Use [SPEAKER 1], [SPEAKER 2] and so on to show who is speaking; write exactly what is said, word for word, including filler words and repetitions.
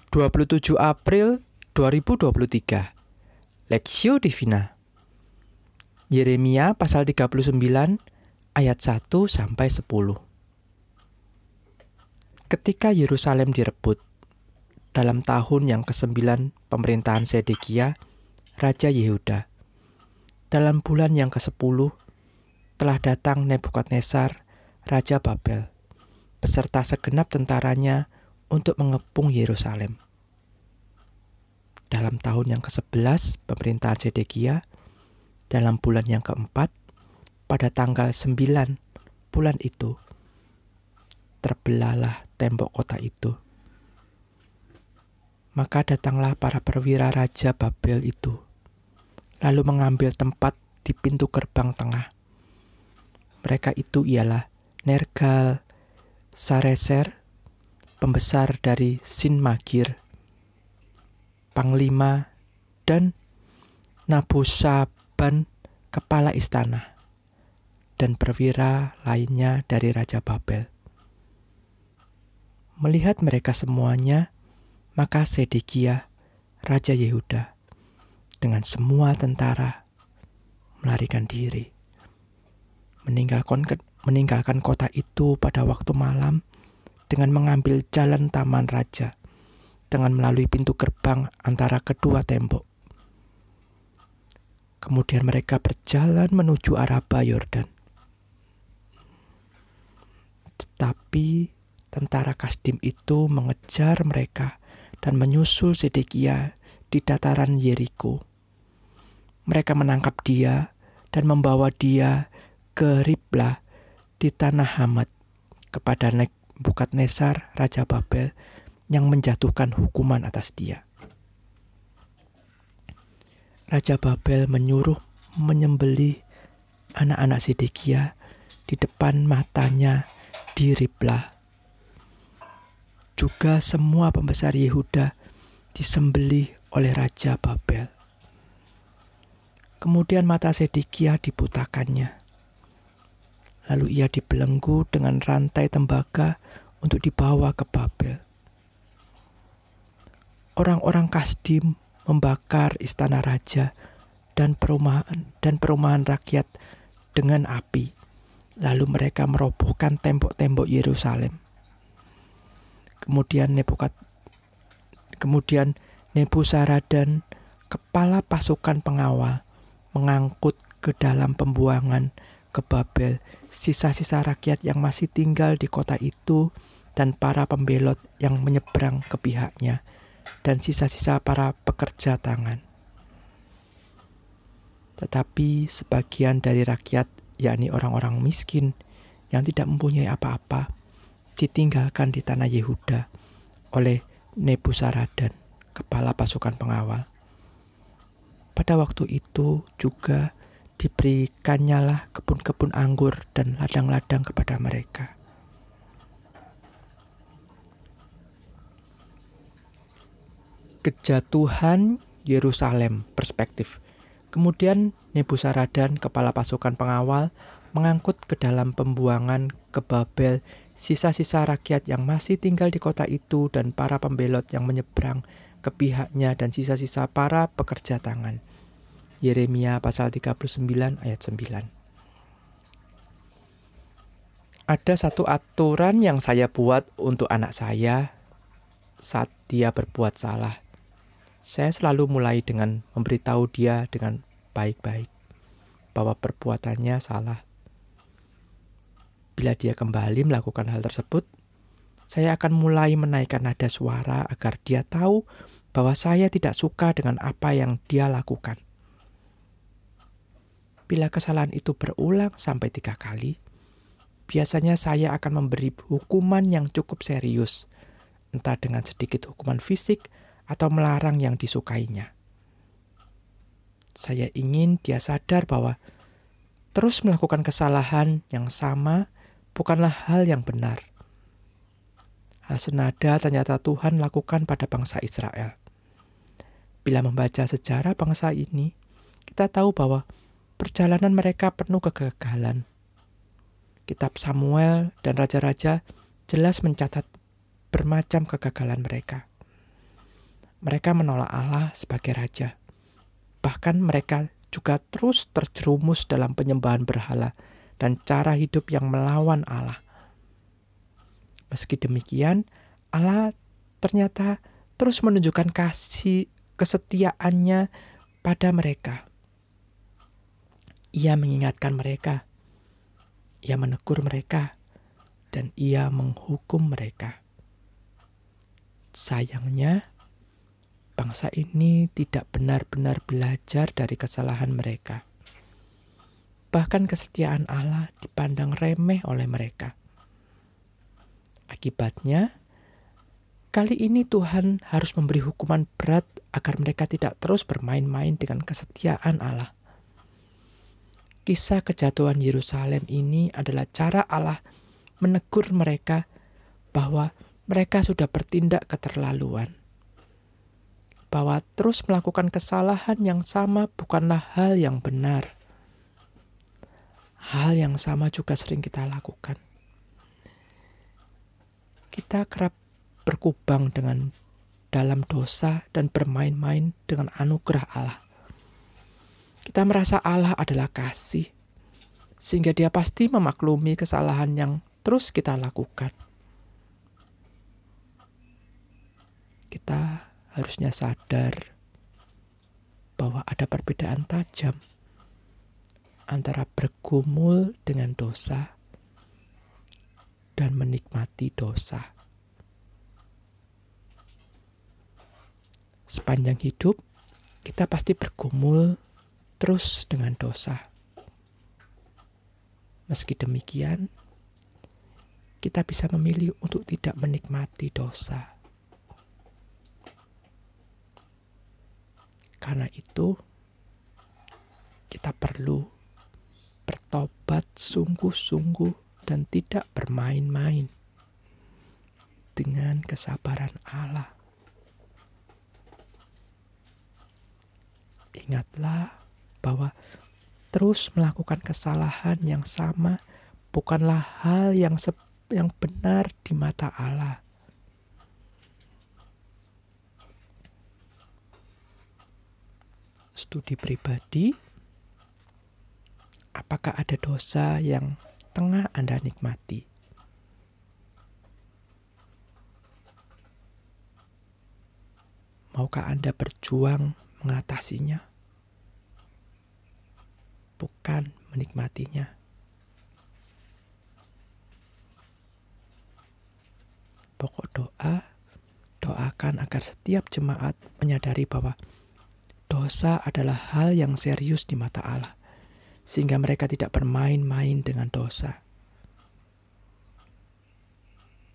[SPEAKER 1] dua puluh tujuh April dua ribu dua puluh tiga. Lexio Divina. Yeremia pasal tiga puluh sembilan ayat satu sampai sepuluh. Ketika Yerusalem direbut dalam tahun yang kesembilan pemerintahan Sedekia, Raja Yehuda, dalam bulan yang kesepuluh telah datang Nebukadnezar, Raja Babel, beserta segenap tentaranya untuk mengepung Yerusalem. Dalam tahun yang kesebelas pemerintahan Sedekia, dalam bulan yang keempat, pada tanggal sembilan bulan itu, terbelahlah tembok kota itu. Maka datanglah para perwira Raja Babel itu, lalu mengambil tempat di pintu gerbang tengah. Mereka itu ialah Nergal Sareser, pembesar dari Sinmagir, panglima, dan Nabusaban, kepala istana, dan perwira lainnya dari Raja Babel. Melihat mereka semuanya, maka Sedekia, Raja Yehuda, dengan semua tentara melarikan diri, meninggalkan, meninggalkan kota itu pada waktu malam dengan mengambil jalan taman raja, dengan melalui pintu gerbang antara kedua tembok. Kemudian mereka berjalan menuju Araba Yordan. Tetapi tentara Kasdim itu mengejar mereka dan menyusul Sedekia di dataran Yeriko. Mereka menangkap dia dan membawa dia ke Riblah di tanah Hamat kepada Nebukadnezar, Raja Babel, yang menjatuhkan hukuman atas dia. Raja Babel menyuruh menyembelih anak-anak Sedekia di depan matanya di Riblah. Juga semua pembesar Yehuda disembelih oleh Raja Babel. Kemudian mata Sedekia dibutakannya. Lalu ia dibelenggu dengan rantai tembaga untuk dibawa ke Babel. Orang-orang Kasdim membakar istana raja dan perumahan dan perumahan rakyat dengan api. Lalu mereka merobohkan tembok-tembok Yerusalem. Kemudian Nebukad kemudian Nebuzaradan, kepala pasukan pengawal, mengangkut ke dalam pembuangan ke Babel sisa-sisa rakyat yang masih tinggal di kota itu dan para pembelot yang menyeberang ke pihaknya, dan sisa-sisa para pekerja tangan. Tetapi sebagian dari rakyat, yakni orang-orang miskin yang tidak mempunyai apa-apa, ditinggalkan di tanah Yehuda oleh Nebuzaradan, kepala pasukan pengawal. Pada waktu itu juga diberikannya kebun-kebun anggur dan ladang-ladang kepada mereka. Kejatuhan Yerusalem, perspektif. Kemudian Nebuzaradan, kepala pasukan pengawal, mengangkut ke dalam pembuangan ke Babel sisa-sisa rakyat yang masih tinggal di kota itu dan para pembelot yang menyeberang ke pihaknya dan sisa-sisa para pekerja tangan. Yeremia pasal tiga puluh sembilan ayat sembilan. Ada satu aturan yang saya buat untuk anak saya saat dia berbuat salah. Saya selalu mulai dengan memberitahu dia dengan baik-baik bahwa perbuatannya salah. Bila dia kembali melakukan hal tersebut, saya akan mulai menaikkan nada suara agar dia tahu bahwa saya tidak suka dengan apa yang dia lakukan. Bila kesalahan itu berulang sampai tiga kali, biasanya saya akan memberi hukuman yang cukup serius, entah dengan sedikit hukuman fisik atau melarang yang disukainya. Saya ingin dia sadar bahwa terus melakukan kesalahan yang sama bukanlah hal yang benar. Hal senada ternyata Tuhan lakukan pada bangsa Israel. Bila membaca sejarah bangsa ini, kita tahu bahwa perjalanan mereka penuh kegagalan. Kitab Samuel dan Raja-Raja jelas mencatat bermacam kegagalan mereka. Mereka menolak Allah sebagai Raja. Bahkan mereka juga terus terjerumus dalam penyembahan berhala dan cara hidup yang melawan Allah. Meski demikian, Allah ternyata terus menunjukkan kasih kesetiaannya pada mereka. Ia mengingatkan mereka, ia menegur mereka, dan ia menghukum mereka. Sayangnya, bangsa ini tidak benar-benar belajar dari kesalahan mereka. Bahkan kesetiaan Allah dipandang remeh oleh mereka. Akibatnya, kali ini Tuhan harus memberi hukuman berat agar mereka tidak terus bermain-main dengan kesetiaan Allah. Kisah kejatuhan Yerusalem ini adalah cara Allah menegur mereka bahwa mereka sudah bertindak keterlaluan. Bahwa terus melakukan kesalahan yang sama bukanlah hal yang benar. Hal yang sama juga sering kita lakukan. Kita kerap berkubang dengan dalam dosa dan bermain-main dengan anugerah Allah. Kita merasa Allah adalah kasih, sehingga Dia pasti memaklumi kesalahan yang terus kita lakukan. Kita harusnya sadar bahwa ada perbedaan tajam antara bergumul dengan dosa dan menikmati dosa. Sepanjang hidup, kita pasti bergumul terus dengan dosa. Meski demikian, kita bisa memilih untuk tidak menikmati dosa. Karena itu, kita perlu bertobat sungguh-sungguh dan tidak bermain-main dengan kesabaran Allah. Ingatlah bahwa terus melakukan kesalahan yang sama bukanlah hal yang se- yang benar di mata Allah. Studi pribadi, apakah ada dosa yang tengah Anda nikmati? Maukah Anda berjuang mengatasinya, bukan menikmatinya? Pokok doa, doakan agar setiap jemaat menyadari bahwa dosa adalah hal yang serius di mata Allah, sehingga mereka tidak bermain-main dengan dosa.